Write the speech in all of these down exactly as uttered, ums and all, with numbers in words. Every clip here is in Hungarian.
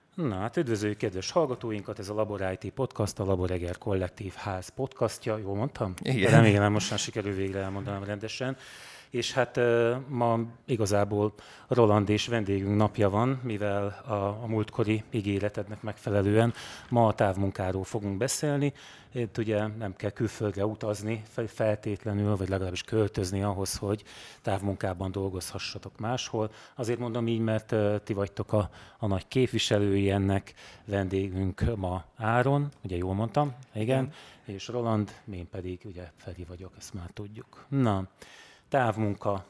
Na, hát üdvözöljük kedves hallgatóinkat, ez a Labor i té Podcast, a Laboreger Kollektív Ház podcastja, jól mondtam? Igen. Remélem most már sikerül végre elmondanom rendesen. És hát ma igazából Roland és vendégünk napja van, mivel a, a múltkori ígéretednek megfelelően ma a távmunkáról fogunk beszélni. Itt ugye nem kell külföldre utazni feltétlenül, vagy legalábbis költözni ahhoz, hogy távmunkában dolgozhassatok máshol. Azért mondom így, mert ti vagytok a, a nagy képviselői ennek, vendégünk ma Áron, ugye jól mondtam? Igen. Igen. És Roland, én pedig ugye Feri vagyok, ezt már tudjuk. Na, távmunka.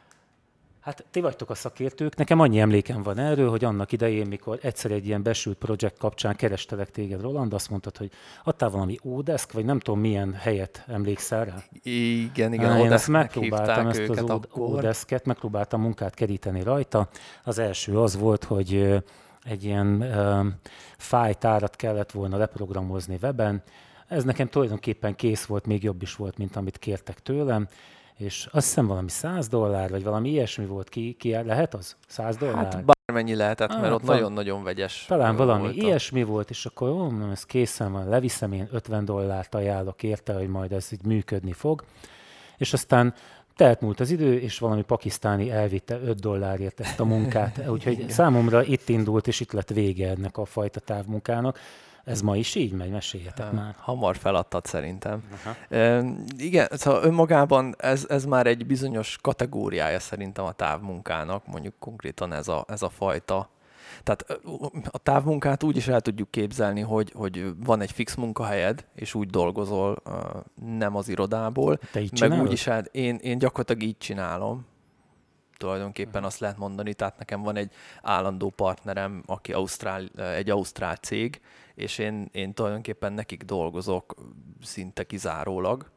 Hát ti vagytok a szakértők, nekem annyi emlékem van erről, hogy annak idején, mikor egyszer egy ilyen besült projekt kapcsán kerestelek téged, Roland, azt mondtad, hogy adtál valami Odesk, vagy nem tudom milyen helyet, emlékszel rá? Igen, igen, Én ezt Odesknek megpróbáltam, ezt hívták az őket akkor. Odesket, megpróbáltam munkát keríteni rajta. Az első az volt, hogy ö, egy ilyen ö, fájltárat kellett volna leprogramozni weben. Ez nekem tulajdonképpen kész volt, még jobb is volt, mint amit kértek tőlem. És azt hiszem valami száz dollár, vagy valami ilyesmi volt, ki, ki lehet az? száz dollár? Hát bármennyi lehetett, Ah, mert ott van. nagyon-nagyon vegyes. Talán valami volt ilyesmi volt, és akkor ó, ez készen van, leviszem, én ötven dollárt ajánlok érte, hogy majd ez így működni fog. És aztán telt múlt az idő, és valami pakisztáni elvitte öt dollárért ezt a munkát. Úgyhogy számomra itt indult, és itt lett vége ennek a fajta távmunkának. Ez ma is így megy? Meséljetek Ha, már. Hamar feladtad szerintem. Aha. E, igen, szóval önmagában ez, ez már egy bizonyos kategóriája szerintem a távmunkának, mondjuk konkrétan ez a, ez a fajta. Tehát a távmunkát úgy is el tudjuk képzelni, hogy, hogy van egy fix munkahelyed, és úgy dolgozol, nem az irodából. Te így meg csinálod? úgy is, hát én, én gyakorlatilag így csinálom. Tulajdonképpen azt lehet mondani, tehát nekem van egy állandó partnerem, aki ausztrál, egy ausztrál cég, és én, én tulajdonképpen nekik dolgozok szinte kizárólag.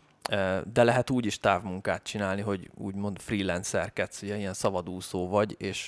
De lehet úgy is távmunkát csinálni, hogy úgymond freelancerkedsz, ugye ilyen szabadúszó vagy, és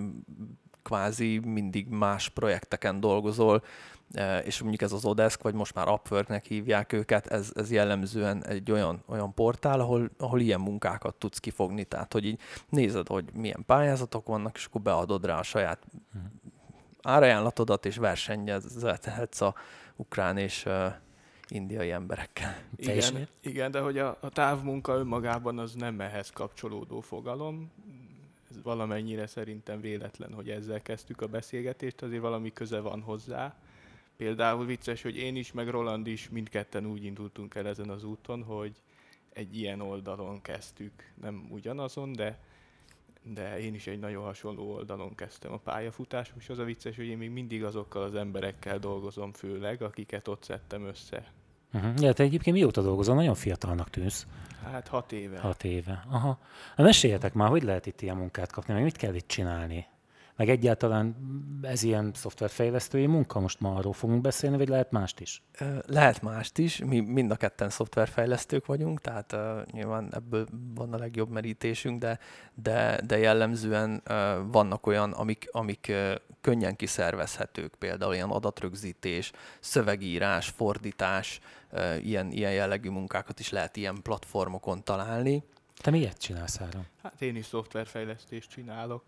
kvázi mindig más projekteken dolgozol, és mondjuk ez az Odesk, vagy most már Upworknek hívják őket, ez, ez jellemzően egy olyan, olyan portál, ahol, ahol ilyen munkákat tudsz kifogni, tehát hogy így nézed, hogy milyen pályázatok vannak, és akkor beadod rá a saját árajánlatodat, és versenyezhetsz a ukrán és uh, indiai emberekkel. Igen, igen, de hogy a, a távmunka önmagában az nem ehhez kapcsolódó fogalom. Ez valamennyire szerintem véletlen, hogy ezzel kezdtük a beszélgetést, azért valami köze van hozzá. Például vicces, hogy én is, meg Roland is mindketten úgy indultunk el ezen az úton, hogy egy ilyen oldalon kezdtük. Nem ugyanazon, de, de én is egy nagyon hasonló oldalon kezdtem a pályafutásom, és az a vicces, hogy én még mindig azokkal az emberekkel dolgozom főleg, akiket ott szedtem össze. Uh-huh. Ja, te egyébként mióta dolgozol? Nagyon fiatalnak tűnsz. Hát hat éve. Hat éve. Aha. Na, meséljetek már, hogy lehet itt ilyen munkát kapni, meg mit kell itt csinálni? Meg egyáltalán ez ilyen szoftverfejlesztői munka? Most ma arról fogunk beszélni, vagy lehet mást is? Lehet mást is. Mi mind a ketten szoftverfejlesztők vagyunk, tehát uh, nyilván ebből van a legjobb merítésünk, de, de, de jellemzően uh, vannak olyan, amik, amik uh, könnyen kiszervezhetők, például ilyen adatrögzítés, szövegírás, fordítás, uh, ilyen, ilyen jellegű munkákat is lehet ilyen platformokon találni. Te miért csinálsz, Áron? Hát én is szoftverfejlesztést csinálok.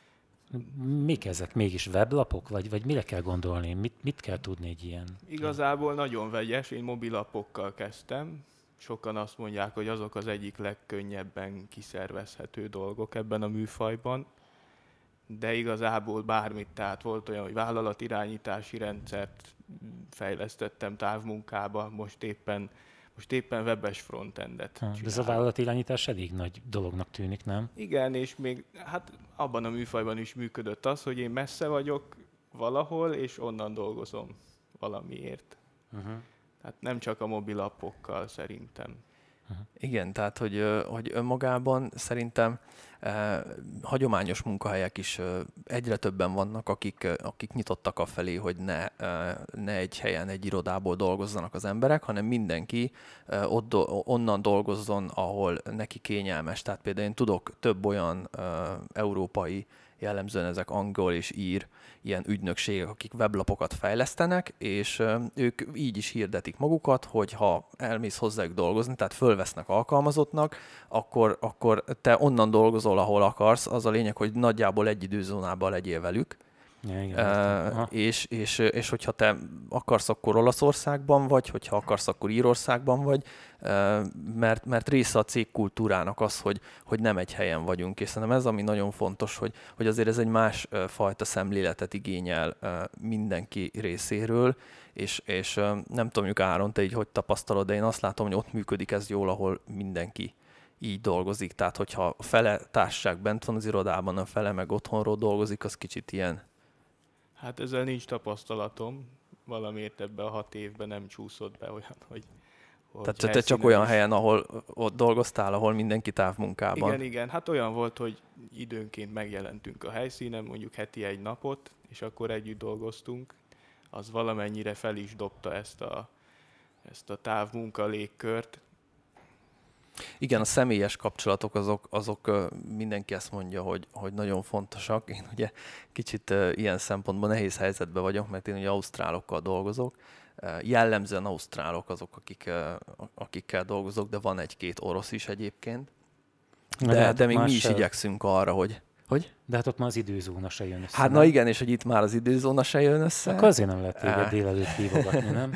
Mik ezek? Mégis weblapok? Vagy, vagy mire kell gondolni? Mit, mit kell tudni egy ilyen? Igazából nagyon vegyes. Én mobilapokkal kezdtem. Sokan azt mondják, hogy azok az egyik legkönnyebben kiszervezhető dolgok ebben a műfajban. De igazából bármit, tehát volt olyan, hogy vállalatirányítási rendszert fejlesztettem távmunkába, most éppen, most éppen webes frontendet Ha, csinálok. ez a vállalatirányítás elég nagy dolognak tűnik, nem? Igen, és még hát abban a műfajban is működött az, hogy én messze vagyok valahol, és onnan dolgozom valamiért. Uh-huh. Tehát nem csak a mobilapokkal szerintem. Uh-huh. Igen, tehát hogy, hogy önmagában szerintem eh, hagyományos munkahelyek is eh, egyre többen vannak, akik, akik nyitottak afelé, hogy ne, eh, ne egy helyen, egy irodából dolgozzanak az emberek, hanem mindenki eh, ott do, onnan dolgozzon, ahol neki kényelmes. Tehát például én tudok több olyan eh, európai, jellemzően ezek angol és ír ilyen ügynökségek, akik weblapokat fejlesztenek, és ők így is hirdetik magukat, hogy ha elmész hozzájuk dolgozni, tehát fölvesznek alkalmazottnak, akkor, akkor te onnan dolgozol, ahol akarsz, az a lényeg, hogy nagyjából egy időzónában legyél velük, Ja, igen, uh, és, és, és hogyha te akarsz, akkor Olaszországban vagy, hogyha akarsz, akkor Írországban vagy, uh, mert, mert része a cég kultúrának az, hogy, hogy nem egy helyen vagyunk, és szerintem ez, ami nagyon fontos, hogy, hogy azért ez egy más uh, fajta szemléletet igényel uh, mindenki részéről, és, és uh, nem tudom, mondjuk Áron, te így hogy tapasztalod, de én azt látom, hogy ott működik ez jól, ahol mindenki így dolgozik. Tehát, hogyha a fele társaság bent van az irodában, a fele meg otthonról dolgozik, az kicsit ilyen. Hát ezzel nincs tapasztalatom. Valamiért ebben a hat évben nem csúszott be olyan, hogy... hogy Tehát te csak olyan is... helyen, ahol ott dolgoztál, ahol mindenki távmunkában. Igen, igen. Hát olyan volt, hogy időnként megjelentünk a helyszínen, mondjuk heti egy napot, és akkor együtt dolgoztunk. Az valamennyire fel is dobta ezt a, ezt a távmunka légkört. Igen, a személyes kapcsolatok azok, azok mindenki ezt mondja, hogy, hogy nagyon fontosak. Én ugye kicsit ilyen szempontból nehéz helyzetben vagyok, mert én ugye ausztrálokkal dolgozok. Jellemzően ausztrálok azok, akik, akikkel dolgozok, de van egy-két orosz is egyébként. De, de, de még mi is igyekszünk arra, hogy... Hogy? De hát ott már az időzóna se jön össze. Hát na igen, és hogy itt már az időzóna se jön össze. Akkor azért nem lehet téged délelőtt hívogatni, nem?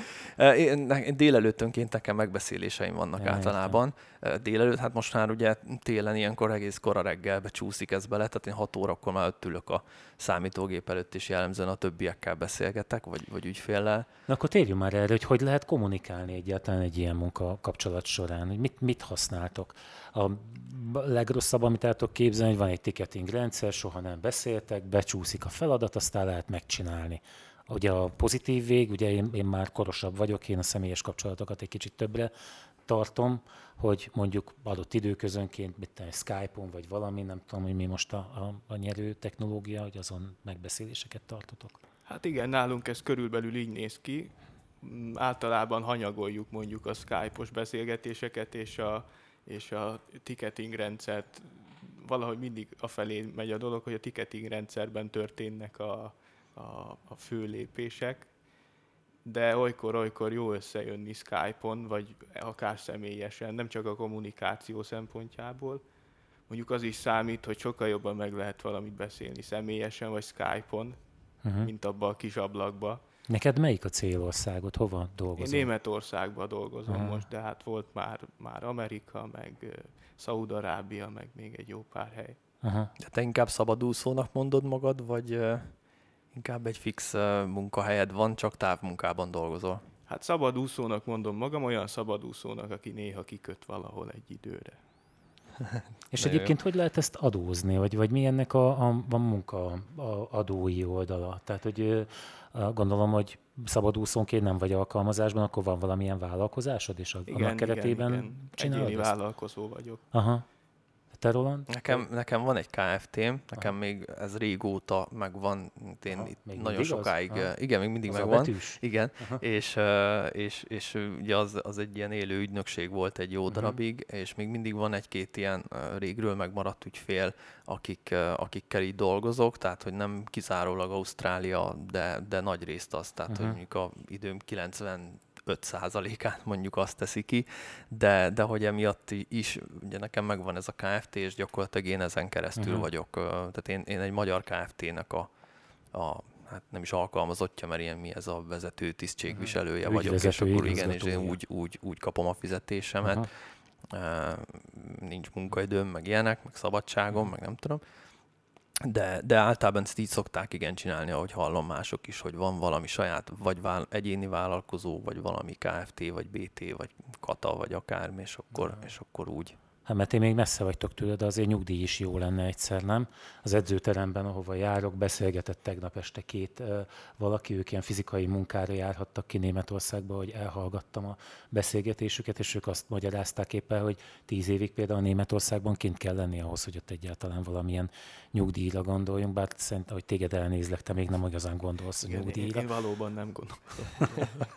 Én délelőttönként nekem megbeszéléseim vannak ja, általában. Értem. Délelőtt, hát most már ugye télen ilyenkor egész kora reggelbe csúszik ez bele, tehát én hat órakor már ott ülök a számítógép előtt, és jellemzően a többiekkel beszélgetek, vagy, vagy ügyféllel. Na akkor térjünk már erre, hogy hogy lehet kommunikálni egyáltalán egy ilyen munka kapcsolat során, hogy mit, mit használtok. A legrosszabb, amit el tudok képzelni, hogy van egy ticketing rendszer, soha nem beszéltek, becsúszik a feladat, aztán lehet megcsinálni. Ugye a pozitív vég, ugye én, én már korosabb vagyok, én a személyes kapcsolatokat egy kicsit többre tartom, hogy mondjuk adott időközönként, mit tenni, Skype-on vagy valami, nem tudom, hogy mi most a, a, a nyerő technológia, hogy azon megbeszéléseket tartotok. Hát igen, nálunk ez körülbelül így néz ki. Általában hanyagoljuk mondjuk a Skype-os beszélgetéseket, és a, és a ticketing rendszert valahogy mindig afelé megy a dolog, hogy a ticketing rendszerben történnek a, a, a fő lépések, de olykor-olykor jó összejönni Skype-on, vagy akár személyesen, nem csak a kommunikáció szempontjából. Mondjuk az is számít, hogy sokkal jobban meg lehet valamit beszélni személyesen, vagy Skype-on, uh-huh. mint abba a kis ablakba. Neked melyik a célországot? Hova dolgozol? Én Németországban dolgozom uh-huh. most, de hát volt már, már Amerika, meg uh, Szaúd-Arábia, meg még egy jó pár hely. Uh-huh. De te inkább szabadúszónak mondod magad, vagy uh, inkább egy fix uh, munkahelyed van, csak távmunkában dolgozol? Hát szabadúszónak mondom magam, olyan szabadúszónak, aki néha kiköt valahol egy időre. És egyébként jó. Hogy lehet ezt adózni, vagy, vagy mi ennek a, a, a munka a adói oldala? Tehát, hogy gondolom, hogy szabadúszónként nem vagy alkalmazásban, akkor van valamilyen vállalkozásod, és igen, annak keretében igen, igen. csinálod Egyéni ezt? vállalkozó vagyok. Aha. Te, Roland? Nekem, nekem van egy ká ef té-m, nekem Aha. még ez régóta megvan, én Aha, itt nagyon sokáig, az? Igen, még mindig az megvan. Igen, és, és, és ugye az, az egy ilyen élő ügynökség volt egy jó uh-huh. darabig, és még mindig van egy-két ilyen régről megmaradt ügyfél, akik, akikkel így dolgozok, tehát hogy nem kizárólag Ausztrália, de, de nagy részt az, tehát uh-huh. hogy mondjuk a időm kilencven öt százalékát mondjuk azt teszi ki, de, de hogy emiatt is, ugye nekem megvan ez a ká ef té, és gyakorlatilag én ezen keresztül uh-huh. vagyok. Tehát én, én egy magyar ká ef té-nek a, a hát nem is alkalmazottja, mert ilyen mi ez a vezető tisztségviselője uh-huh. vagyok, Ügyvezető, és akkor igen, és én úgy, úgy, úgy kapom a fizetésemet. Uh-huh. Nincs munkaidőm, meg ilyenek, meg szabadságom, uh-huh. meg nem tudom. De, de általában ezt így szokták igen csinálni, ahogy hallom mások is, hogy van valami saját, vagy vál, egyéni vállalkozó, vagy valami ká ef té, vagy bé té, vagy kata, vagy akármi, és akkor, és akkor úgy. Hát mert én még messze vagytok tőle, de azért nyugdíj is jó lenne egyszer, nem? Az edzőteremben, ahova járok, beszélgetett tegnap este két uh, valaki, ők ilyen fizikai munkára járhattak ki Németországba, hogy elhallgattam a beszélgetésüket, és ők azt magyarázták éppen, hogy tíz évig például Németországban kint kell lenni ahhoz, hogy ott egyáltalán valamilyen nyugdíjra gondoljunk, bár szerintem, hogy téged elnézlek, te még nem igazán gondolsz a nyugdíjra. Én, én valóban nem gondolom.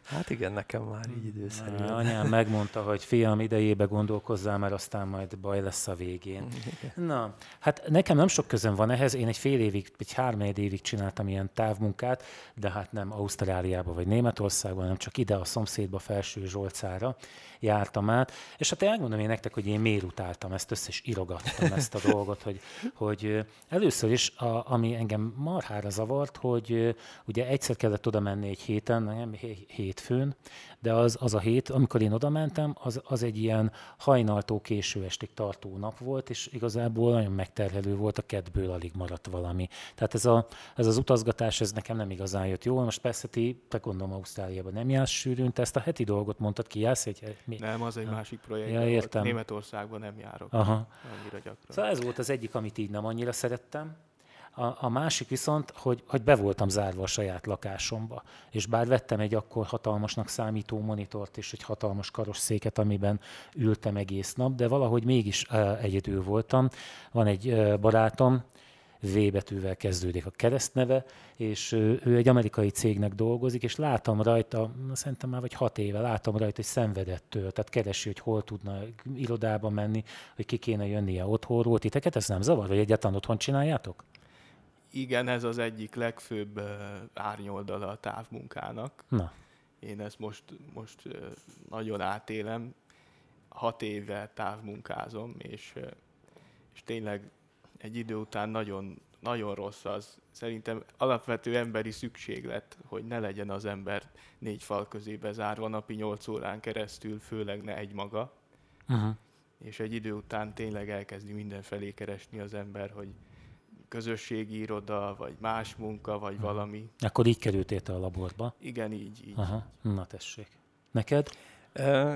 Hát igen, nekem már így időszerű. Anyám megmondta, hogy fiam, idejébe gondolkozzál, mert aztán majd baj lesz a végén. Na, hát nekem nem sok közöm van ehhez, én egy fél évig, egy három évig csináltam ilyen távmunkát, de hát nem Ausztráliába vagy Németországban, hanem csak ide a szomszédba, Felső Zsolcára jártam át. És hát elmondom én nektek, hogy én miért utáltam ezt, össze is írogattam ezt a dolgot, hogy, hogy először is, a, ami engem marhára zavart, hogy ugye egyszer kellett oda menni egy héten, nem hétfőn, de az, az a hét, amikor én oda mentem, az, az egy ilyen hajnaltól késő estig tartó nap volt, és igazából nagyon megterhelő volt, a kedvből alig maradt valami. Tehát ez, a, ez az utazgatás, ez nekem nem igazán jött jól. Most persze ti, te gondolom Ausztráliában nem jársz sűrűn, te ezt a heti dolgot mondtad, ki jársz? Egy, mi? Nem, az egy ha. másik projekt. Ja, értem. Németországban nem járok. Aha. Annyira gyakran. Szóval ez volt az egyik, amit így nem annyira szerettem. A, a másik viszont, hogy, hogy be voltam zárva a saját lakásomba, és bár vettem egy akkor hatalmasnak számító monitort és egy hatalmas karosszéket, amiben ültem egész nap, de valahogy mégis uh, egyedül voltam. Van egy uh, barátom, V betűvel kezdődik a keresztneve, és uh, ő egy amerikai cégnek dolgozik, és látom rajta, szerintem már vagy hat éve látom rajta, hogy szenvedettől, tehát keresi, hogy hol tudna irodába menni, hogy ki kéne jönnie otthonról. Titeket ez nem zavar, vagy egyáltalán otthon csináljátok? Igen, ez az egyik legfőbb uh, árnyoldala a távmunkának. Na. Én ezt most, most uh, nagyon átélem. Hat éve távmunkázom, és, uh, és tényleg egy idő után nagyon, nagyon rossz az. Szerintem alapvető emberi szükséglet, hogy ne legyen az ember négy fal közé bezárva napi nyolc órán keresztül, főleg ne egymaga. Uh-huh. És egy idő után tényleg elkezdi mindenfelé keresni az ember, hogy közösségi iroda, vagy más munka, vagy hmm. valami. Akkor így kerültél te a laborba? Igen, így. így. Aha. Na tessék. Neked? Uh,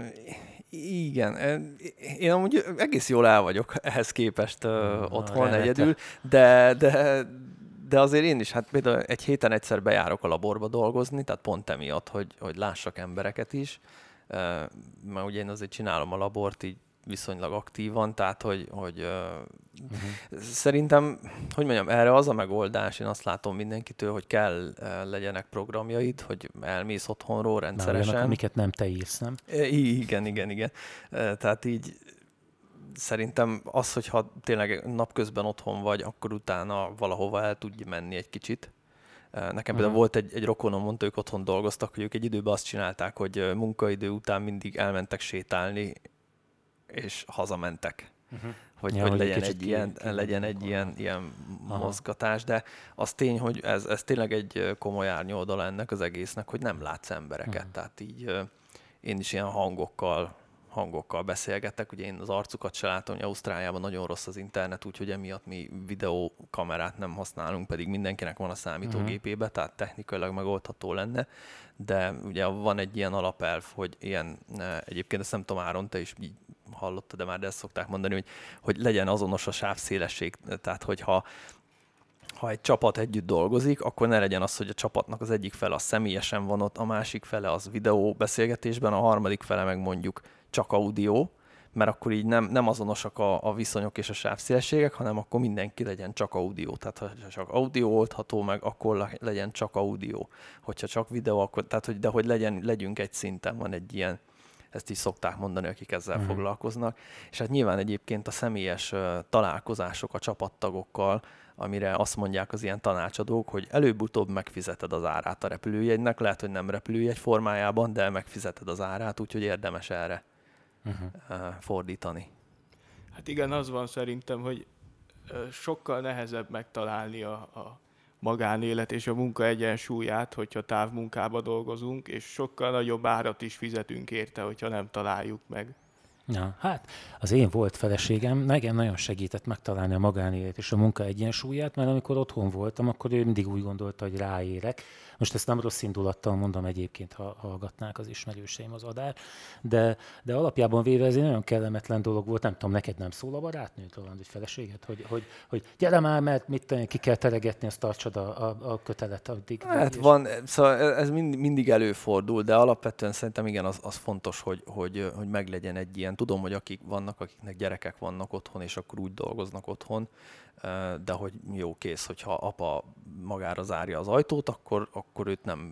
igen. Én amúgy egész jól el vagyok ehhez képest uh, hmm, otthon egyedül, de, de, de azért én is, hát például egy héten egyszer bejárok a laborba dolgozni, tehát pont emiatt, hogy, hogy lássak embereket is. Uh, mert ugye én azért csinálom a labort így viszonylag aktívan, tehát hogy, hogy uh-huh. szerintem, hogy mondjam, erre az a megoldás, én azt látom mindenkitől, hogy kell uh, legyenek programjaid, hogy elmész otthonról rendszeresen. Na, amiket nem te írsz, nem? I- igen, igen, igen. Uh, tehát így szerintem az, hogyha tényleg napközben otthon vagy, akkor utána valahova el tudj menni egy kicsit. Uh, nekem uh-huh. például volt egy, egy rokonom, mondta, ők otthon dolgoztak, hogy ők egy időben azt csinálták, hogy munkaidő után mindig elmentek sétálni, és hazamentek, uh-huh. hogy, ja, hogy legyen egy, ilyen, ki, legyen egy ilyen, ilyen mozgatás, de az tény, hogy ez, ez tényleg egy komoly árnyoldala ennek az egésznek, hogy nem látsz embereket, uh-huh. tehát így én is ilyen hangokkal, hangokkal beszélgetek, ugye én az arcukat se látom, hogy Ausztráliában nagyon rossz az internet, úgyhogy emiatt mi videókamerát nem használunk, pedig mindenkinek van a számítógépébe, uh-huh. tehát technikailag megoldható lenne, de ugye van egy ilyen alapelv, hogy ilyen, egyébként ezt nem tudom, Áron, te is így hallottad, de már de ezt szokták mondani, hogy, hogy legyen azonos a sávszélesség, tehát hogyha ha egy csapat együtt dolgozik, akkor ne legyen az, hogy a csapatnak az egyik fele az személyesen van ott, a másik fele az videó beszélgetésben, a harmadik fele meg mondjuk csak audio, mert akkor így nem, nem azonosak a, a viszonyok és a sávszélességek, hanem akkor mindenki legyen csak audio. Tehát ha csak audio oldható meg, akkor legyen csak audio. Hogyha csak videó, akkor, tehát hogy, de hogy legyen, legyünk egy szinten, van egy ilyen, ezt is szokták mondani, akik ezzel mm. foglalkoznak. És hát nyilván egyébként a személyes uh, találkozások a csapattagokkal, amire azt mondják az ilyen tanácsadók, hogy előbb-utóbb megfizeted az árát a repülőjegynek, lehet, hogy nem repülőjegy formájában, de megfizeted az árát, úgyhogy érdemes erre uh-huh. uh, fordítani. Hát igen, az van szerintem, hogy uh, sokkal nehezebb megtalálni a, a magánélet és a munka egyensúlyát, hogyha távmunkába dolgozunk, és sokkal nagyobb árat is fizetünk érte, hogyha nem találjuk meg. Ja, hát az én volt feleségem, nekem nagyon segített megtalálni a magánélet és a munka egyensúlyát, mert amikor otthon voltam, akkor ő mindig úgy gondolta, hogy ráérek. Most ezt nem rossz indulattal mondom egyébként, ha hallgatnák az ismerőseim az adást, de, de alapjában véve ez egy nagyon kellemetlen dolog volt, nem tudom, neked nem szól a barátnőd, talán egy feleséged, hogy, hogy, hogy gyere már, mert mit tenni, ki kell teregetni, azt tartsad a, a, a kötelet addig. Hát van, szóval ez mind, mindig előfordul, de alapvetően szerintem igen, az, az fontos, hogy, hogy, hogy meglegyen egy ilyen. Tudom, hogy akik vannak, akiknek gyerekek vannak otthon, és akkor úgy dolgoznak otthon, de hogy jó kész, hogyha apa magára zárja az ajtót, akkor, akkor őt nem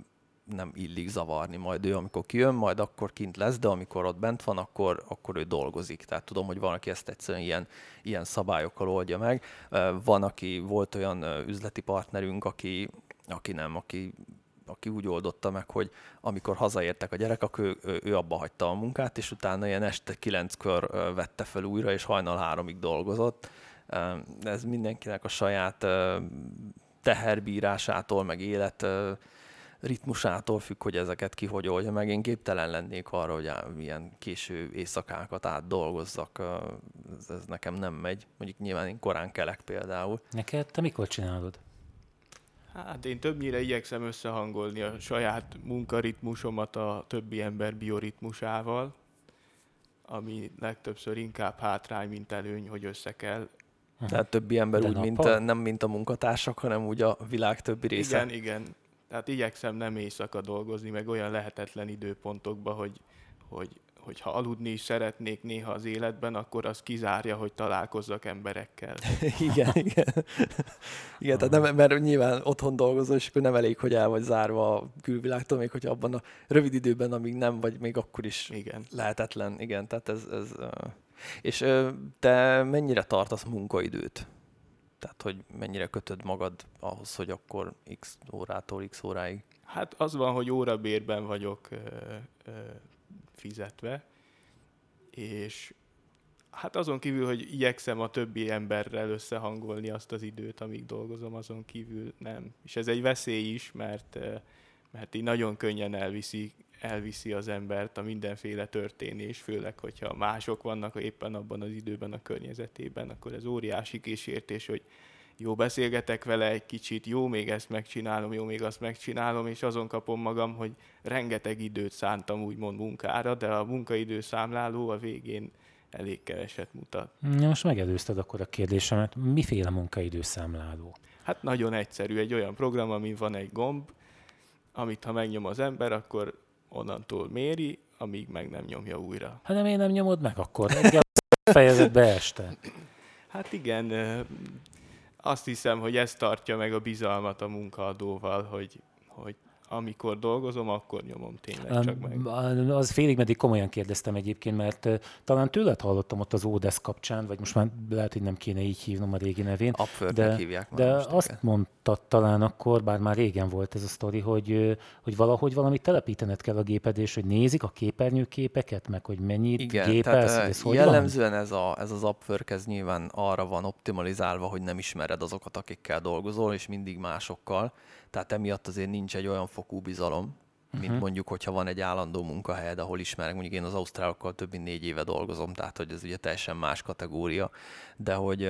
nem illik zavarni. Majd ő, amikor kijön, majd akkor kint lesz, de amikor ott bent van, akkor, akkor ő dolgozik. Tehát tudom, hogy van, aki ezt egyszerűen ilyen, ilyen szabályokkal oldja meg. Van, aki volt olyan üzleti partnerünk, aki, aki nem, aki aki úgy oldotta meg, hogy amikor hazaértek a gyerekek, akkor ő, ő, ő abba hagyta a munkát, és utána ilyen este kilenckor vette fel újra, és hajnal háromig dolgozott. Ez mindenkinek a saját teherbírásától, meg élet ritmusától függ, hogy ezeket ki hogy oldja meg. Én képtelen lennék arra, hogy ilyen késő éjszakákat átdolgozzak. Ez, ez nekem nem megy. Mondjuk nyilván én korán kelek például. Neked te mikor csinálod? Hát én többnyire igyekszem összehangolni a saját munkaritmusomat a többi ember bioritmusával, ami legtöbbször inkább hátrány, mint előny, hogy össze kell. Tehát többi ember De úgy, mint a, nem mint a munkatársak, hanem úgy a világ többi része. Igen, igen. Tehát igyekszem nem éjszaka dolgozni, meg olyan lehetetlen időpontokba, hogy, hogy, hogy ha aludni is szeretnék néha az életben, akkor az kizárja, hogy találkozzak emberekkel. igen, igen. igen, tehát nem, mert nyilván otthon dolgozol, és akkor nem elég, hogy el vagy zárva a külvilágtól, még hogyha abban a rövid időben, amíg nem vagy, még akkor is igen. lehetetlen. Igen, tehát ez... ez és te mennyire tartasz munkaidőt? Tehát, hogy mennyire kötöd magad ahhoz, hogy akkor x órától x óráig? Hát az van, hogy órabérben vagyok ö, ö, fizetve, és hát azon kívül, hogy igyekszem a többi emberrel összehangolni azt az időt, amíg dolgozom, azon kívül nem. És ez egy veszély is, mert, mert így nagyon könnyen elviszi, elviszi az embert a mindenféle történés, főleg, hogyha mások vannak éppen abban az időben a környezetében, akkor ez óriási kísértés, hogy jó, beszélgetek vele egy kicsit, jó, még ezt megcsinálom, jó, még azt megcsinálom, és azon kapom magam, hogy rengeteg időt szántam úgymond munkára, de a munkaidő számláló a végén elég keveset mutat. Ja, most megelőzted akkor a kérdésemet. Miféle munkaidőszámláló? Hát nagyon egyszerű, egy olyan program, amin van egy gomb, amit ha megnyom az ember, akkor onnantól méri, amíg meg nem nyomja újra. Hát nem, én nem nyomod meg akkor. Reggel fejezed be este. Hát igen, azt hiszem, hogy ez tartja meg a bizalmat a munkaadóval, hogy, hogy amikor dolgozom, akkor nyomom tényleg csak meg. Az félig meddig komolyan kérdeztem egyébként, mert talán tőled hallottam ott az Ódesz kapcsán, vagy most már lehet, hogy nem kéne így hívnom a régi nevén. Upworknek hívják már De most, azt igen. mondtad talán akkor, bár már régen volt ez a sztori, hogy, hogy valahogy valamit telepítened kell a géped, és hogy nézik a képernyőképeket, meg hogy mennyit igen, gépelsz, tehát, hogy ez hogy jellemzően ez, a, ez az Upwork, ez nyilván arra van optimalizálva, hogy nem ismered azokat, akikkel dolgozol, és mindig másokkal. Tehát emiatt azért nincs egy olyan fokú bizalom, mint uh-huh. mondjuk, hogyha van egy állandó munkahelyed, ahol ismerek. Mondjuk én az ausztrálokkal több mint négy éve dolgozom, tehát hogy ez ugye teljesen más kategória. De hogy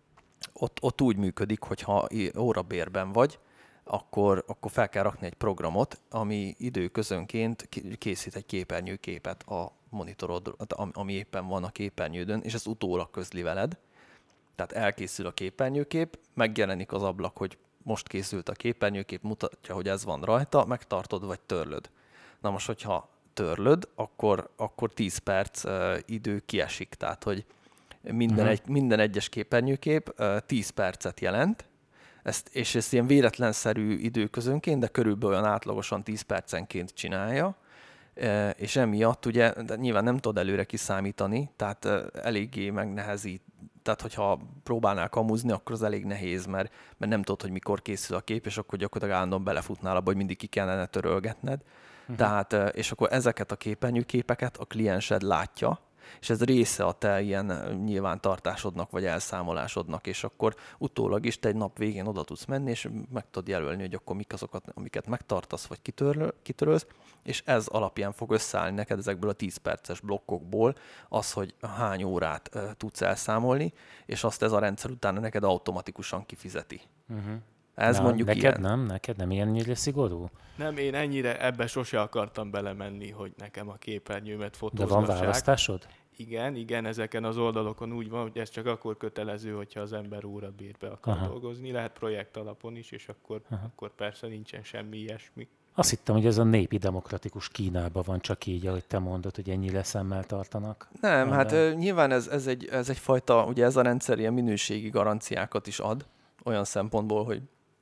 ott, ott úgy működik, hogy ha órabérben vagy, akkor, akkor fel kell rakni egy programot, ami időközönként készít egy képernyőképet a monitorod, ami éppen van a képernyődön, és ez utólag közli veled. Tehát elkészül a képernyőkép, megjelenik az ablak, hogy most készült a képernyőkép, mutatja, hogy ez van rajta, megtartod vagy törlöd. Na most, hogyha törlöd, akkor, akkor tíz perc uh, idő kiesik. Tehát, hogy minden, uh-huh. egy, minden egyes képernyőkép uh, tíz percet jelent, ezt, és ezt ilyen véletlenszerű időközönként, de körülbelül olyan átlagosan tíz percenként csinálja, uh, és emiatt ugye de nyilván nem tudod előre kiszámítani, tehát uh, eléggé megnehezít. Tehát, hogyha próbálnál kamuzni, akkor az elég nehéz, mert, mert nem tudod, hogy mikor készül a kép, és akkor gyakorlatilag állandóan belefutnál abba, hogy mindig ki kellene törölgetned. Uh-huh. Tehát, és akkor ezeket a képernyőképeket a kliensed látja, és ez része a te ilyen nyilvántartásodnak, vagy elszámolásodnak, és akkor utólag is te egy nap végén oda tudsz menni, és meg tudod jelölni, hogy akkor mik azokat, amiket megtartasz, vagy kitörl, kitörölsz, és ez alapján fog összeállni neked ezekből a tíz perces blokkokból az, hogy hány órát uh, tudsz elszámolni, és azt ez a rendszer utána neked automatikusan kifizeti. Uh-huh. Ez Na, mondjuk neked ilyen. nem? Neked nem ilyen szigorú? Nem, én ennyire ebbe sose akartam belemenni, hogy nekem a képernyőmet fotózgassák. De van választásod? Igen, igen, ezeken az oldalokon úgy van, hogy ez csak akkor kötelező, hogyha az ember órabérbe akar Aha. dolgozni. Lehet projekt alapon is, és akkor, akkor persze nincsen semmi ilyesmi. Azt hittem, hogy ez a népi demokratikus Kínában van csak így, ahogy te mondod, hogy ennyire szemmel tartanak. Nem, hát uh, nyilván ez, ez, egy, ez egyfajta, ugye ez a rendszer ilyen minőségi garanciákat is ad, olyan szempontból, hogy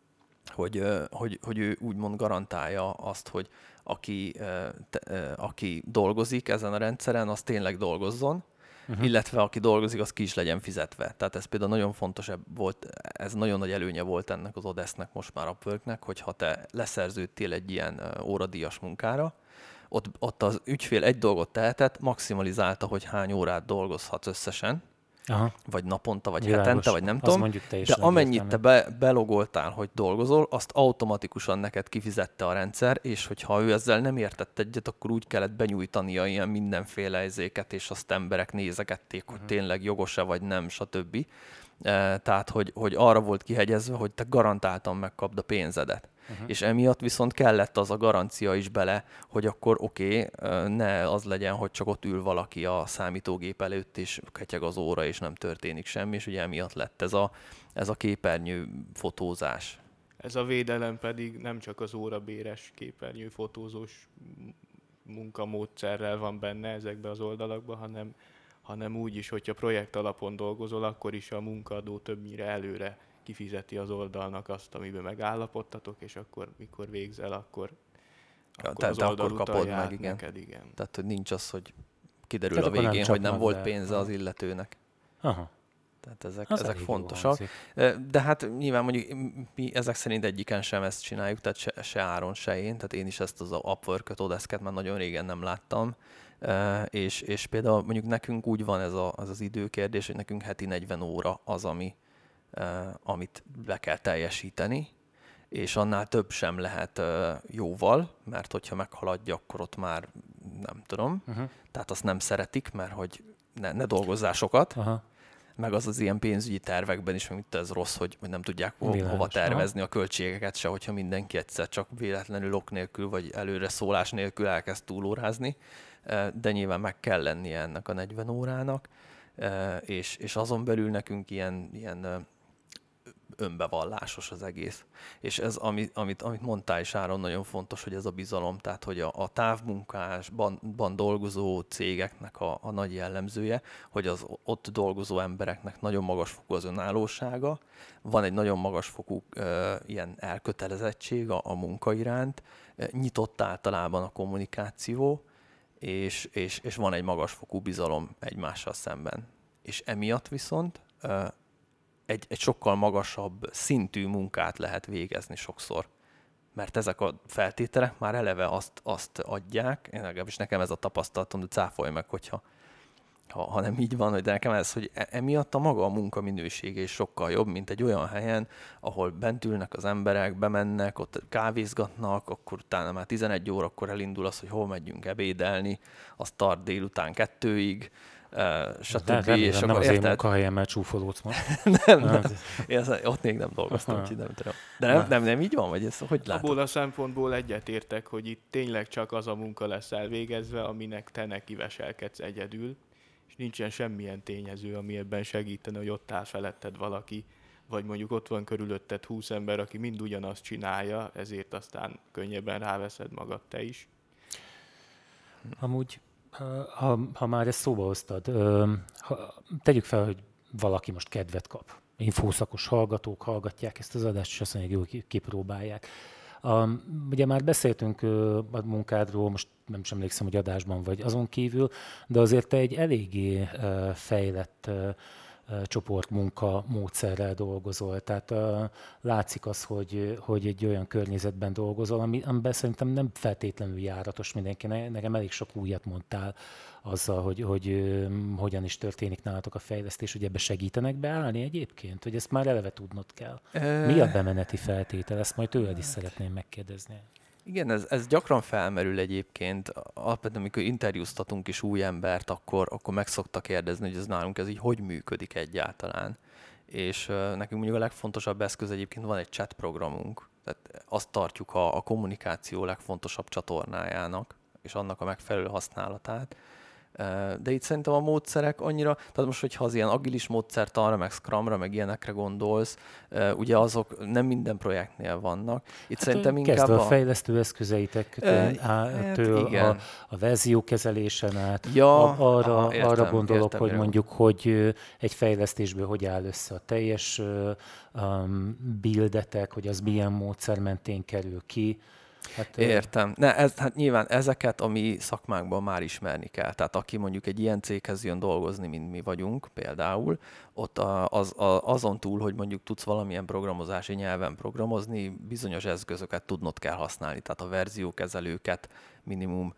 hogy, hogy, hogy ő úgymond garantálja azt, hogy aki, te, aki dolgozik ezen a rendszeren, az tényleg dolgozzon, uh-huh. illetve aki dolgozik, az ki is legyen fizetve. Tehát ez például nagyon fontos volt, ez nagyon nagy előnye volt ennek az Odesznek, most már Upworknek, hogyha te leszerződtél egy ilyen óradíjas munkára, ott, ott az ügyfél egy dolgot tehetett, maximalizálta, hogy hány órát dolgozhatsz összesen, aha. vagy naponta, vagy Világos. hetente, vagy nem tudom, de amennyit te be, belogoltál, hogy dolgozol, azt automatikusan neked kifizette a rendszer, és hogyha ő ezzel nem értett egyet, akkor úgy kellett benyújtania ilyen mindenféle ezéket, és azt emberek nézegették, uh-huh. hogy tényleg jogos-e vagy nem, stb. Tehát, hogy, hogy arra volt kihegyezve, hogy te garantáltan megkapd a pénzedet. Uh-huh. És emiatt viszont kellett az a garancia is bele, hogy akkor oké, okay, ne az legyen, hogy csak ott ül valaki a számítógép előtt, és ketyeg az óra, és nem történik semmi, és ugye emiatt lett ez a, ez a képernyő fotózás. Ez a védelem pedig nem csak az órabéres képernyő fotózós munkamódszerrel van benne ezekben az oldalakban, hanem, hanem úgy is, hogyha projekt alapon dolgozol, akkor is a munkaadó többnyire előre kifizeti az oldalnak azt, amiben megállapodtatok, és akkor, mikor végzel, akkor, ja, akkor az oldal akkor kapod meg, igen. Neked, igen. Tehát, hogy nincs az, hogy kiderül Tehát a végén, nem hogy nem volt pénze az illetőnek. Aha. Tehát ezek, ezek fontosak. De hát nyilván mondjuk mi ezek szerint egyiken sem ezt csináljuk, tehát se, se Áron, se én, tehát én is ezt az Upwork-öt, Odeszket már nagyon régen nem láttam. És, és például mondjuk nekünk úgy van ez, a, ez az időkérdés, hogy nekünk heti negyven óra az, ami Uh, amit be kell teljesíteni, és annál több sem lehet uh, jóval, mert hogyha meghaladja, akkor ott már nem tudom. Uh-huh. Tehát azt nem szeretik, mert hogy ne, ne dolgozzál sokat. Uh-huh. Meg az az ilyen pénzügyi tervekben is, mint ez rossz, hogy nem tudják ho- hova tervezni uh-huh. a költségeket se, hogyha mindenki egyszer csak véletlenül ok nélkül, vagy előre szólás nélkül elkezd túlórázni. Uh, de nyilván meg kell lennie ennek a negyven órának, uh, és, és azon belül nekünk ilyen, ilyen uh, önbevallásos az egész. És ez, amit, amit, amit mondtál is, Áron, nagyon fontos, hogy ez a bizalom, tehát hogy a, a távmunkásban dolgozó cégeknek a, a nagy jellemzője, hogy az ott dolgozó embereknek nagyon magas fokú az önállósága, van egy nagyon magas fokú e, ilyen elkötelezettség a, a munka iránt, e, nyitott általában a kommunikáció, és, és, és van egy magas fokú bizalom egymással szemben. És emiatt viszont e, Egy, egy sokkal magasabb szintű munkát lehet végezni sokszor. Mert ezek a feltételek már eleve azt, azt adják, én legalábbis nekem ez a tapasztalatom, de cáfolj meg, hogyha ha, ha nem így van, de nekem ez, hogy emiatt a maga a munka minősége is sokkal jobb, mint egy olyan helyen, ahol bent ülnek az emberek, bemennek, ott kávézgatnak, akkor utána már tizenegy órakor elindul az, hogy hol megyünk ebédelni, az tart délután kettőig, Uh, stb. És nem az én munkahelyemmel csúfolódsz ma. nem, nem. Én az, ott még nem dolgoztam, úgyhogy nem tudom. De nem, nem, nem így van, vagy ez hogy látod? Abból a szempontból egyetértek, hogy itt tényleg csak az a munka lesz elvégezve, aminek te nekiveselkedsz egyedül, és nincsen semmilyen tényező, ami ebben segítene, hogy ott áll feletted valaki, vagy mondjuk ott van körülötted húsz ember, aki mind ugyanazt csinálja, ezért aztán könnyebben ráveszed magad te is. Amúgy Ha, ha már ezt szóba hoztad, ha, tegyük fel, hogy valaki most kedvet kap. Infószakos hallgatók hallgatják ezt az adást, és azt mondják, hogy kipróbálják. Um, ugye már beszéltünk uh, a munkádról, most nem sem emlékszem, hogy adásban vagy azon kívül, de azért te egy eléggé uh, fejlett uh, csoportmunka módszerrel dolgozol. Tehát uh, látszik az, hogy, hogy egy olyan környezetben dolgozol, ami, amiben szerintem nem feltétlenül járatos mindenki. Nekem elég sok újat mondtál azzal, hogy, hogy um, hogyan is történik nálatok a fejlesztés, hogy ebbe segítenek beállni egyébként, hogy ezt már eleve tudnod kell. Mi a bemeneti feltétel? Ezt majd tőled is szeretném megkérdezni. Igen, ez, ez gyakran felmerül egyébként. Alapvetően, amikor interjúztatunk is új embert, akkor, akkor meg szoktak kérdezni, hogy ez nálunk ez így hogy működik egyáltalán. És uh, nekünk mondjuk a legfontosabb eszköz egyébként van egy chat programunk. Tehát azt tartjuk a, a kommunikáció legfontosabb csatornájának, és annak a megfelelő használatát. De itt szerintem a módszerek annyira, tehát most, hogyha az ilyen agilis módszertanra, meg Scrumra, meg ilyenekre gondolsz, ugye azok nem minden projektnél vannak. Itt hát szerintem inkább kezdve a a fejlesztő eszközeitektől, hát a, a verziókezelésen át, ja, a, arra, aha, értem, arra gondolok, értem, hogy értem. mondjuk, hogy egy fejlesztésből hogy áll össze a teljes um, buildetek, hogy az milyen módszer mentén kerül ki. Hát, Értem. Ne, ez, hát nyilván ezeket a mi szakmánkban már ismerni kell. Tehát aki mondjuk egy ilyen céghez jön dolgozni, mint mi vagyunk például, ott az, az, azon túl, hogy mondjuk tudsz valamilyen programozási nyelven programozni, bizonyos eszközöket tudnod kell használni. Tehát a verziókezelőket minimum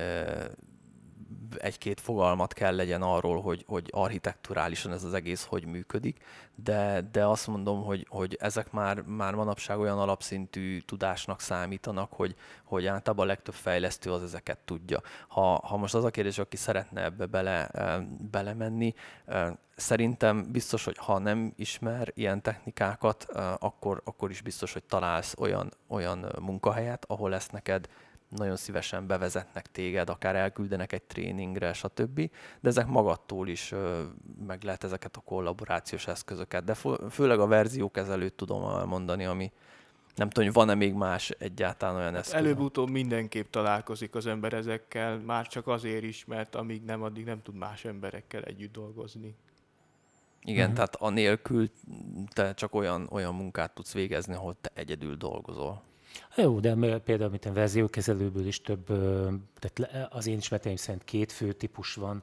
egy-két fogalmat kell legyen arról, hogy, hogy architekturálisan ez az egész hogy működik, de, de azt mondom, hogy, hogy ezek már, már manapság olyan alapszintű tudásnak számítanak, hogy, hogy általában a legtöbb fejlesztő az ezeket tudja. Ha, ha most az a kérdés, aki szeretne ebbe bele, belemenni, szerintem biztos, hogy ha nem ismer ilyen technikákat, akkor, akkor is biztos, hogy találsz olyan, olyan munkahelyet, ahol ezt neked nagyon szívesen bevezetnek téged, akár elküldenek egy tréningre, stb. De ezek magattól is ö, meg lehet ezeket a kollaborációs eszközöket. De fő, főleg a verziókezelőt tudom elmondani, ami nem tudom, hogy van-e még más egyáltalán olyan hát eszköz. Előbb-utóbb mindenképp találkozik az ember ezekkel, már csak azért is, mert amíg nem, addig nem tud más emberekkel együtt dolgozni. Igen, Uh-huh. tehát anélkül te csak olyan, olyan munkát tudsz végezni, ahol te egyedül dolgozol. Jó, de például mint a verziókezelőből is több, tehát az én ismereteim szerint két fő típus van.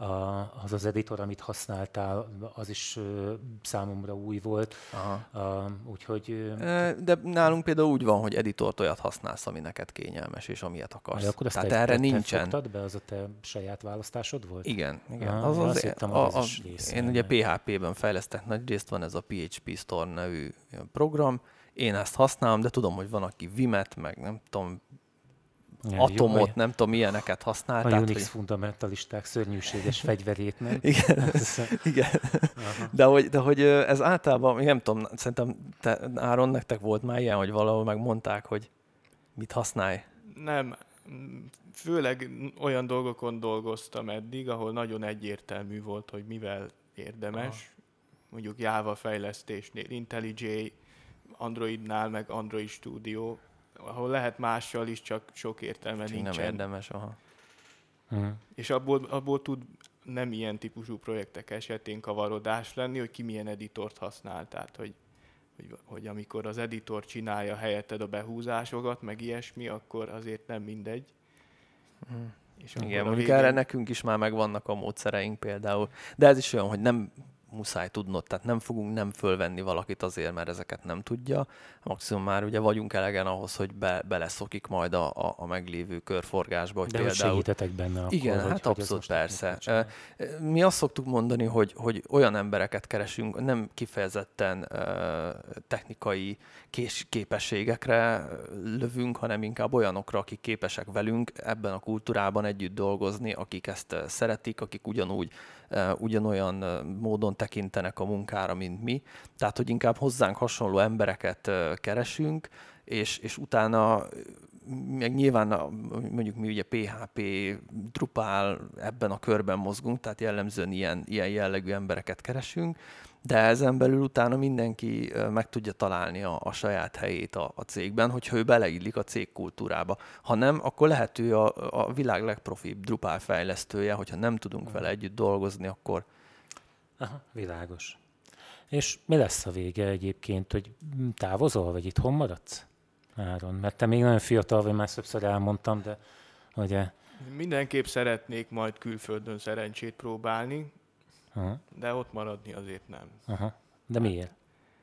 Az az editor, amit használtál, az is számomra új volt. Aha. Úgyhogy... De nálunk például úgy van, hogy editort olyat használsz, ami neked kényelmes, és amilyet akarsz. Akkor Tehát te, erre te, nincsen. Te be, az a te saját választásod volt? Igen, igen. Aha, az az, hittem, a, az a, is része. Én ugye pé há pé-ben fejlesztek, nagyrészt van ez a pé há pé Store nevű program. Én ezt használom, de tudom, hogy van, aki Vim-et, meg nem tudom, ja, Atomot, jó, nem tudom, ilyeneket használ. A tehát, Unix hogy... fundamentalisták szörnyűséges fegyverét, nem? Igen, igen. De, hogy, de hogy ez általában, nem tudom, szerintem te, Áron, nektek volt már ilyen, hogy valahol megmondták, hogy mit használj? Nem, főleg olyan dolgokon dolgoztam eddig, ahol nagyon egyértelmű volt, hogy mivel érdemes. Aha. Mondjuk Java fejlesztésnél, IntelliJ, Androidnál, meg Android Studio, ahol lehet mással is, csak sok értelme csak nincsen. Nem érdemes, aha. Uh-huh. És abból, abból tud nem ilyen típusú projektek esetén kavarodás lenni, hogy ki milyen editort használ. Tehát, hogy, hogy, hogy amikor az editor csinálja helyetted a behúzásokat, meg ilyesmi, akkor azért nem mindegy. Uh-huh. És igen, mondjuk végén... erre nekünk is már megvannak a módszereink például. De ez is olyan, hogy nem muszáj tudnod, tehát nem fogunk nem fölvenni valakit azért, mert ezeket nem tudja. Maximum már ugye vagyunk elegen ahhoz, hogy be, beleszokik majd a, a, a meglévő körforgásba. Hogy de például... hogy segítetek benne akkor, igen, hogy, hát hogy abszolút persze. Mi azt szoktuk mondani, hogy, hogy olyan embereket keresünk, nem kifejezetten uh, technikai kés, képességekre lövünk, hanem inkább olyanokra, akik képesek velünk ebben a kultúrában együtt dolgozni, akik ezt szeretik, akik ugyanúgy Uh, ugyanolyan uh, módon tekintenek a munkára, mint mi. Tehát, hogy inkább hozzánk hasonló embereket uh, keresünk, és, és utána meg nyilván a, mondjuk mi ugye pé há pé, Drupal, ebben a körben mozgunk, tehát jellemzően ilyen, ilyen jellegű embereket keresünk, de ezen belül utána mindenki meg tudja találni a, a saját helyét a, a cégben, hogyha ő beleillik a cég kultúrába. Ha nem, akkor lehet ő a, a világ legprofibb Drupal fejlesztője, hogyha nem tudunk vele együtt dolgozni, akkor... Aha, világos. És mi lesz a vége egyébként, hogy távozol, vagy itthon maradsz, Áron? Mert te még nagyon fiatal vagy, már többször elmondtam, de ugye... Mindenképp szeretnék majd külföldön szerencsét próbálni, Aha. de ott maradni azért nem. Aha. De miért?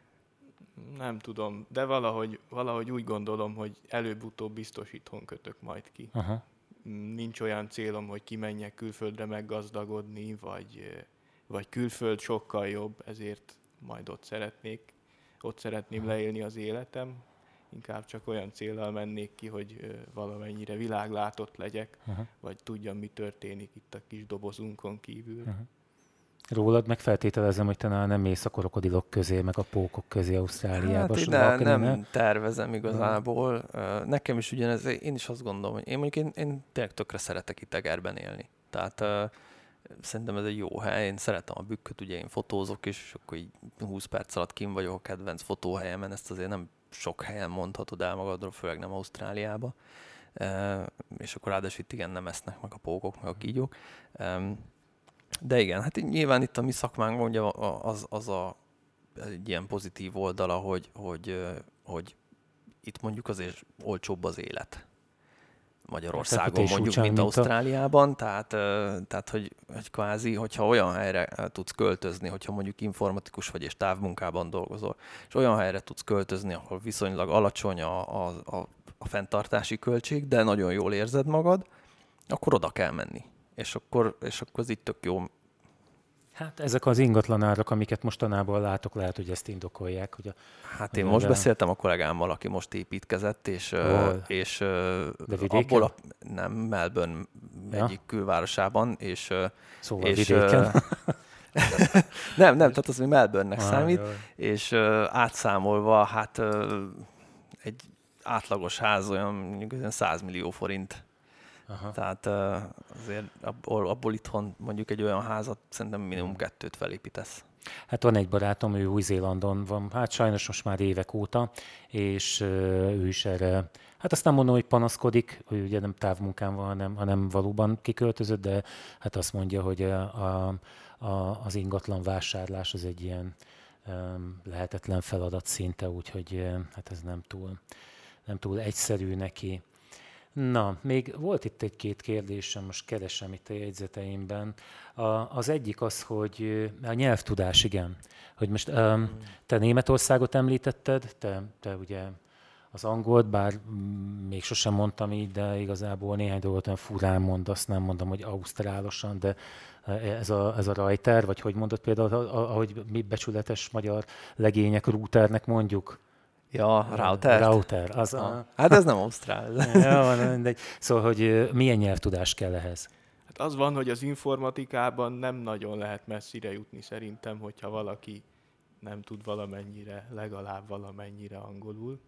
Nem tudom, de valahogy, valahogy úgy gondolom, hogy előbb-utóbb biztos itthon kötök majd ki. Aha. Nincs olyan célom, hogy kimenjek külföldre meggazdagodni, vagy, vagy külföld sokkal jobb, ezért majd ott szeretnék, ott szeretném Aha. leélni az életem. Inkább csak olyan céllal mennék ki, hogy valamennyire világlátott legyek, Aha. vagy tudjam, mi történik itt a kis dobozunkon kívül. Aha. Rólad meg feltételezem, hogy te nem mész a krokodilok közé, meg a pókok közé Ausztráliába. Hát ne, nem ne? tervezem igazából. Nekem is ugyanez, én is azt gondolom, hogy én mondjuk én, én tényleg tökre szeretek itt tegerben élni. Tehát uh, szerintem ez egy jó hely. Én szeretem a bükköt, ugye én fotózok is, és akkor így húsz perc alatt kim vagyok a kedvenc fotóhelyemen. Ezt azért nem sok helyen mondhatod el magadról, főleg nem Ausztráliába. Uh, és akkor ráadásul itt igen nem esznek meg a pókok, meg a kígyók. Um, de igen, hát nyilván itt a mi szakmánkban ugye az, az a egy ilyen pozitív oldala, hogy, hogy, hogy itt mondjuk azért olcsóbb az élet Magyarországon, mondjuk, mint, mint Ausztráliában, tehát, tehát hogy, hogy kvázi, hogyha olyan helyre tudsz költözni, hogyha mondjuk informatikus vagy és távmunkában dolgozol, és olyan helyre tudsz költözni, ahol viszonylag alacsony a, a, a, a fenntartási költség, de nagyon jól érzed magad, akkor oda kell menni. És akkor, és akkor az itt tök jó. Hát ezek az ingatlanárak, amiket mostanában látok, lehet, hogy ezt indokolják. Hogy a, hát én most de... beszéltem a kollégámmal, aki most építkezett, és, uh, és de abból a, nem, Melbourne ja. egyik külvárosában, és, szóval és vidéken. nem, nem, tehát az még Melbourne-nek ah, számít, jaj. És uh, átszámolva, hát uh, egy átlagos ház olyan mondjuk száz millió forint. Aha. Tehát uh, azért abból, abból itthon mondjuk egy olyan házat szerintem minimum kettőt felépítesz. Hát van egy barátom, ő Új-Zélandon van, hát sajnos most már évek óta, és uh, ő is erre, hát azt nem mondom, hogy panaszkodik, ő ugye nem távmunkán van, hanem, hanem valóban kiköltözött, de hát azt mondja, hogy a, a, a, az ingatlan vásárlás az egy ilyen um, lehetetlen feladat szinte, úgyhogy uh, hát ez nem túl, nem túl egyszerű neki. Na, még volt itt egy-két kérdésem, most keresem itt a jegyzeteimben. A, az egyik az, hogy a nyelvtudás, igen. Hogy most um, te Németországot említetted, te, te ugye az angolt, bár még sosem mondtam így, de igazából néhány dolgot olyan furán mondasz, nem mondom, hogy ausztrálosan, de ez a, ez a Reiter, vagy hogy mondod például, ahogy mi becsületes magyar legények routernek mondjuk? Ja, router. Router. Az a... Hát ez nem ausztrál. Ja, mindegy. Szóval, hogy milyen nyelvtudás kell ehhez? Hát az van, hogy az informatikában nem nagyon lehet messzire jutni szerintem, hogyha valaki nem tud valamennyire, legalább valamennyire angolul.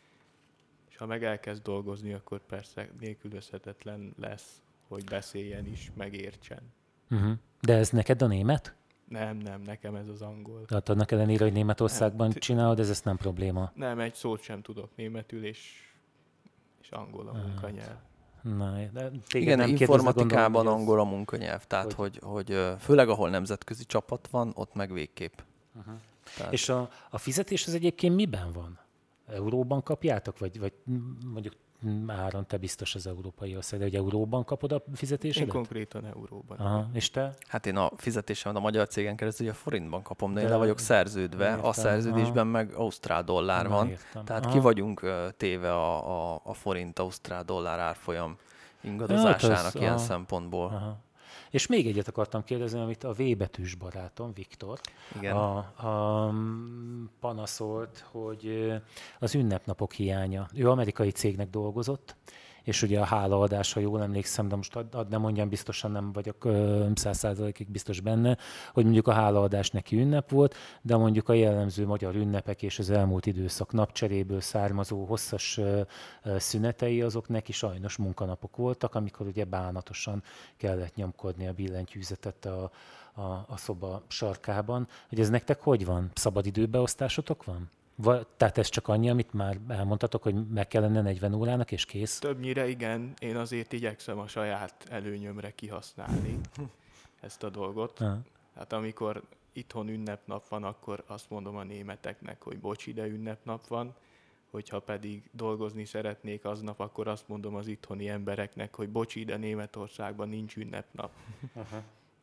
És ha meg elkezd dolgozni, akkor persze nélkülözhetetlen lesz, hogy beszéljen is, megértsen. Uh-huh. De ez neked a német? Nem, nem, nekem ez az angol. Tehát annak ellenére, hogy Németországban nem, csinálod, ez ezt nem probléma? Nem, egy szót sem tudok németül, és, és angol a munkanyelv. Na, de igen, nem informatikában gondolom, angol a munkanyelv, tehát hogy, hogy, hogy főleg ahol nemzetközi csapat van, ott meg végképp. Uh-huh. Tehát... És a, a fizetés az egyébként miben van? Euróban kapjátok, vagy, vagy mondjuk áron te biztos az európai ország, de hogy euróban kapod a fizetésedet? Én konkrétan euróban. Aha, és te? Hát én a fizetésemet a magyar cégen keresztül a forintban kapom, de, de én le vagyok szerződve, értem. A szerződésben aha. meg ausztrál dollár na, van, értem. Tehát aha. ki vagyunk téve a, a, a forint ausztrál dollár árfolyam ingadozásának hát az, ilyen aha. szempontból. Aha. És még egyet akartam kérdezni, amit a V betűs barátom, Viktor, igen. A, a panaszolt, hogy az ünnepnapok hiánya. Ő amerikai cégnek dolgozott, és ugye a hálaadás, ha jól emlékszem, de most ad, nem mondjam, biztosan nem vagyok száz százalékig biztos benne, hogy mondjuk a hálaadás neki ünnep volt, de mondjuk a jellemző magyar ünnepek és az elmúlt időszak napcseréből származó hosszas szünetei azok neki sajnos munkanapok voltak, amikor ugye bánatosan kellett nyomkodni a billentyűzetet a, a, a szoba sarkában. Hogy ez nektek hogy van? Szabadidőbeosztásotok van? Va, tehát ez csak annyi, amit már elmondtatok, hogy meg kellene negyven órának, és kész? Többnyire igen, én azért igyekszem a saját előnyömre kihasználni ezt a dolgot. Aha. Hát amikor itthon ünnepnap van, akkor azt mondom a németeknek, hogy bocs, ide ünnepnap van, hogyha pedig dolgozni szeretnék aznap, akkor azt mondom az itthoni embereknek, hogy bocs, ide Németországban nincs ünnepnap. Aha.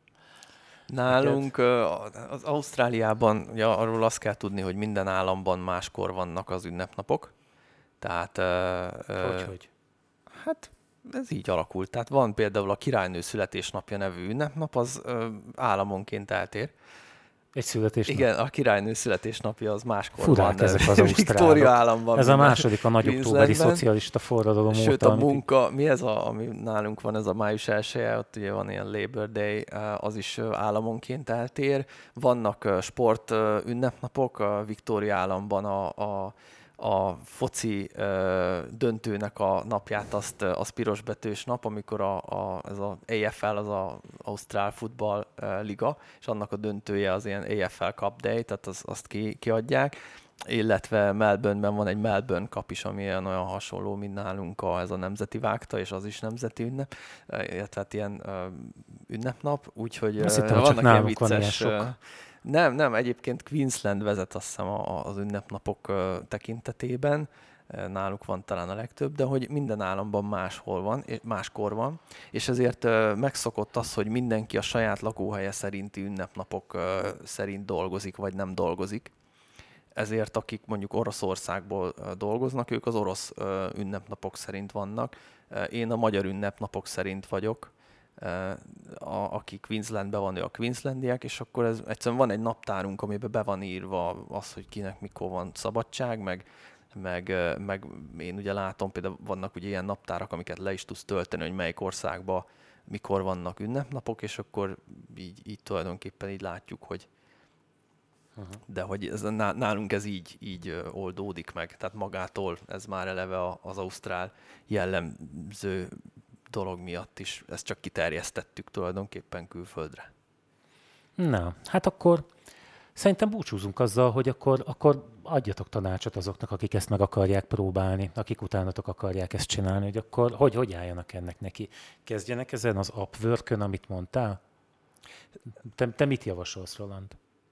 Nálunk az Ausztráliában, ugye arról azt kell tudni, hogy minden államban máskor vannak az ünnepnapok. Tehát... Hogy, hogy? Hát ez így alakult. Tehát van például a királynő születésnapja nevű ünnepnap, az államonként eltér. Egy születésnap? Igen, a királynő születésnapja az máskor furák van. ezek az Victoria államban. Ez a második a nagy októberi szocialista forradalom óta. Sőt, a munka, mi ez, a, ami nálunk van, ez a május elsője, ott ugye van ilyen Labor Day, az is államonként eltér. Vannak sport ünnepnapok, a Victoria államban a, a a foci ö, döntőnek a napját azt, az pirosbetűs nap, amikor a, a, ez az á ef el, az a Ausztrál Futball Liga, és annak a döntője az ilyen á ef el Cup Day, tehát az, azt ki, kiadják, illetve Melbourneben van egy Melbourne Cup is, ami olyan, olyan hasonló, mint nálunk a, ez a nemzeti vágta, és az is nemzeti ünnep, illetve hát ilyen ö, ünnepnap, úgyhogy azt hittem, vannak ilyen vicces... Van ilyen nem, nem, egyébként Queensland vezet azt hiszem az ünnepnapok tekintetében, náluk van talán a legtöbb, de hogy minden államban máshol van, máskor van, és ezért megszokott az, hogy mindenki a saját lakóhelye szerinti ünnepnapok szerint dolgozik, vagy nem dolgozik. Ezért akik mondjuk Oroszországból dolgoznak, ők az orosz ünnepnapok szerint vannak. Én a magyar ünnepnapok szerint vagyok. A, aki Queenslandben van, ő a queenslandiek, és akkor ez egyszerűen van egy naptárunk, amiben be van írva az, hogy kinek mikor van szabadság, meg, meg, meg én ugye látom, például vannak ugye ilyen naptárak, amiket le is tudsz tölteni, hogy melyik országban mikor vannak ünnepnapok, és akkor így, így tulajdonképpen így látjuk, hogy uh-huh. de hogy ez, nálunk ez így, így oldódik meg, tehát magától ez már eleve az ausztrál jellemző dolog miatt is, ezt csak kiterjesztettük tulajdonképpen külföldre. Na, hát akkor szerintem búcsúzunk azzal, hogy akkor, akkor adjatok tanácsot azoknak, akik ezt meg akarják próbálni, akik utánatok akarják ezt csinálni, hogy akkor hogy, hogy álljanak ennek neki. Kezdjenek ezen az Upworkön, amit mondtál? Te, te mit javasolsz, Roland?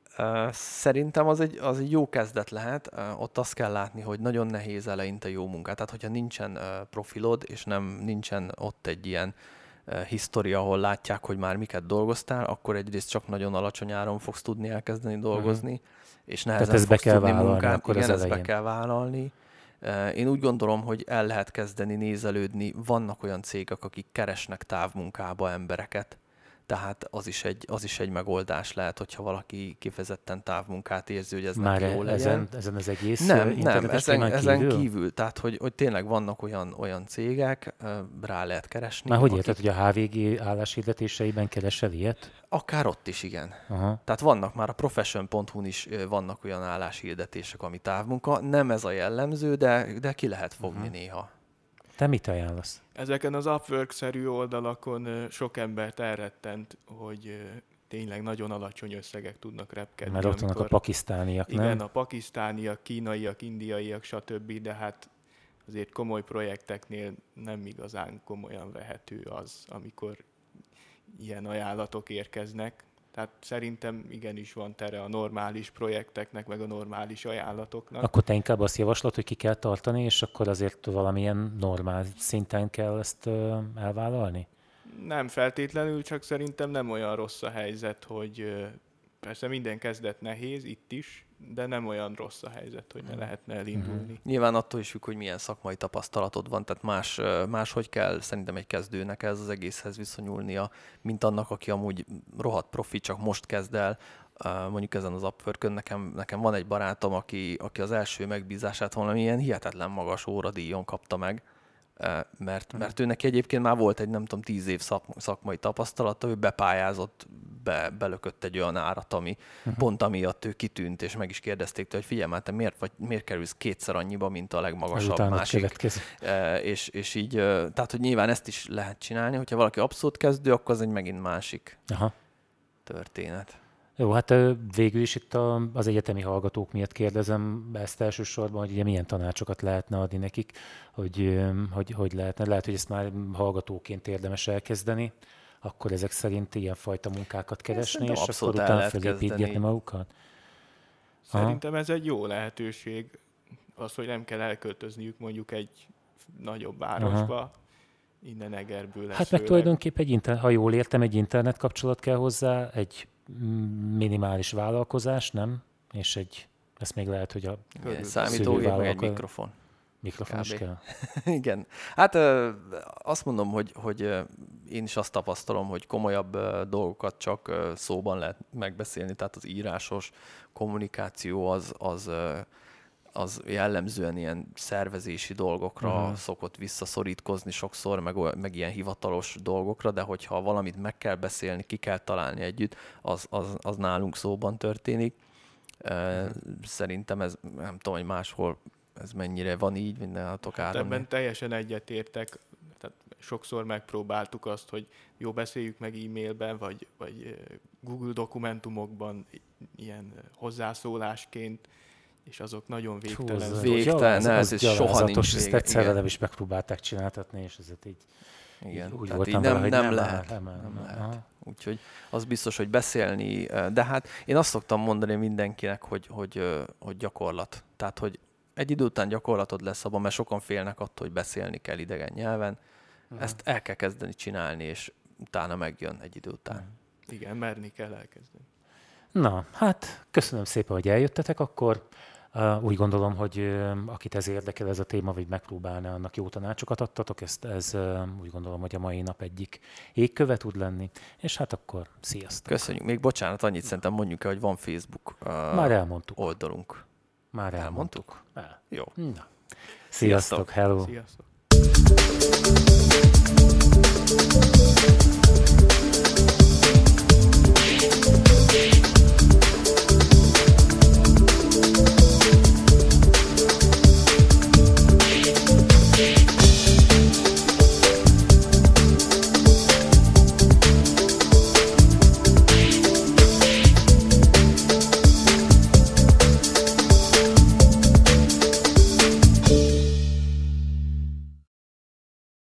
Szerintem az egy, az egy jó kezdet lehet. Ott azt kell látni, hogy nagyon nehéz eleinte jó munkát. Tehát, hogyha nincsen profilod, és nem nincsen ott egy ilyen hisztória, ahol látják, hogy már miket dolgoztál, akkor egyrészt csak nagyon alacsony áron fogsz tudni elkezdeni dolgozni, uh-huh. és nehezen fogsz be tudni munkát. Akkor igen, ezt be kell vállalni. Én úgy gondolom, hogy el lehet kezdeni nézelődni. Vannak olyan cégek, akik keresnek távmunkába embereket, tehát az is, egy, az is egy megoldás lehet, hogyha valaki kifejezetten távmunkát érzi, hogy ez már neki jó legyen. Ezen, ezen az egész Nem, nem, ezen, kívül? ezen kívül. Tehát, hogy, hogy tényleg vannak olyan, olyan cégek, rá lehet keresni. Már hogy akik... érted, hogy a há vé gé álláshirdetéseiben keresel ilyet? Akár ott is, igen. Aha. Tehát vannak már a profession pont hu-n is vannak olyan álláshirdetések, ami távmunka. Nem ez a jellemző, de, de ki lehet fogni uh-huh. néha. Te mit ajánlasz? Ezeken az Upwork-szerű oldalakon sok embert elrettent, hogy tényleg nagyon alacsony összegek tudnak repkedni. Mert ott vannak a pakisztániak, igen, nem? Igen, a pakisztániak, kínaiak, indiaiak, stb., de hát azért komoly projekteknél nem igazán komolyan vehető az, amikor ilyen ajánlatok érkeznek. Tehát szerintem igenis van tere a normális projekteknek, meg a normális ajánlatoknak. Akkor te inkább azt javaslod, hogy ki kell tartani, és akkor azért valamilyen normál szinten kell ezt elvállalni? Nem feltétlenül, csak szerintem nem olyan rossz a helyzet, hogy persze minden kezdet nehéz, itt is, de nem olyan rossz a helyzet, hogy ne lehetne elindulni. Uh-huh. Nyilván attól is függ, hogy milyen szakmai tapasztalatod van, tehát más, máshogy kell szerintem egy kezdőnek ez az egészhez viszonyulnia, mint annak, aki amúgy rohadt profi, csak most kezd el, mondjuk ezen az Upworkön. Nekem, nekem van egy barátom, aki, aki az első megbízását valamilyen hihetetlen magas óradíjon kapta meg, mert, mert ő neki egyébként már volt egy nem tudom tíz év szakmai tapasztalata, ő bepályázott, be, belökött egy olyan árat, ami uh-huh. pont amiatt ő kitűnt, és meg is kérdezték tőle, hogy figyelj már, te miért, vagy, miért kerülsz kétszer annyiba, mint a legmagasabb másik. E, és, és így, tehát, hogy nyilván ezt is lehet csinálni, hogyha valaki abszolút kezdő, akkor az egy megint másik Aha. történet. Jó, hát végül is itt az egyetemi hallgatók miatt kérdezem ezt elsősorban, hogy ugye milyen tanácsokat lehetne adni nekik, hogy hogy, hogy lehetne. Lehet, hogy ezt már hallgatóként érdemes elkezdeni, akkor ezek szerint ilyenfajta munkákat keresni, és akkor utána felépítgetni magukat. Szerintem Aha. ez egy jó lehetőség, az, hogy nem kell elköltözniük mondjuk egy nagyobb városba, Aha. innen Egerből lesz. Hát meg tulajdonképpen, egy inter- ha jól értem, egy internet kapcsolat kell hozzá, egy minimális vállalkozás, nem? És egy, ezt még lehet, hogy a számítógép, meg egy mikrofon. Mikrofon is kell? Igen. Hát azt mondom, hogy, hogy én is azt tapasztalom, hogy komolyabb dolgokat csak szóban lehet megbeszélni, tehát az írásos kommunikáció az, az, az jellemzően ilyen szervezési dolgokra uh-huh. szokott visszaszorítkozni sokszor, meg, meg ilyen hivatalos dolgokra, de hogyha valamit meg kell beszélni, ki kell találni együtt, az, az, az nálunk szóban történik. Uh-huh. Szerintem ez, nem tudom, hogy máshol ez mennyire van így mindenhatok Hát áramni. ebben teljesen egyetértek. Tehát sokszor megpróbáltuk azt, hogy jó, beszéljük meg e-mailben, vagy, vagy Google dokumentumokban ilyen hozzászólásként, és azok nagyon végtelen. Hú, Végtelen, az, ez, az ez soha nincs ezt vége. egyszer Igen. velem is megpróbálták csináltatni, és ez így, Igen. így úgy Tehát voltam így nem, vele, hogy nem, nem, lehet. nem, nem, nem nem, lehet. aha. Úgyhogy az biztos, hogy beszélni, de hát én azt szoktam mondani mindenkinek, hogy, hogy, hogy gyakorlat. Tehát, hogy egy idő után gyakorlatod lesz abban, mert sokan félnek attól, hogy beszélni kell idegen nyelven. Uh-huh. Ezt el kell kezdeni csinálni, és utána megjön egy idő után. Uh-huh. Igen, merni kell elkezdeni. Na, hát köszönöm szépen, hogy eljöttetek akkor. Uh, úgy gondolom, hogy uh, akit ez érdekel, ez a téma, vagy megpróbálná, annak jó tanácsokat adtatok. Ezt, ez uh, úgy gondolom, hogy a mai nap egyik égköve tud lenni. És hát akkor sziasztok. Köszönjük. Még bocsánat, annyit szerintem mondjuk el, hogy van Facebook uh, Már elmondtuk. oldalunk. Már elmondtuk. elmondtuk? El. Jó. Na. Sziasztok, Sziasztok. hello. Sziasztok.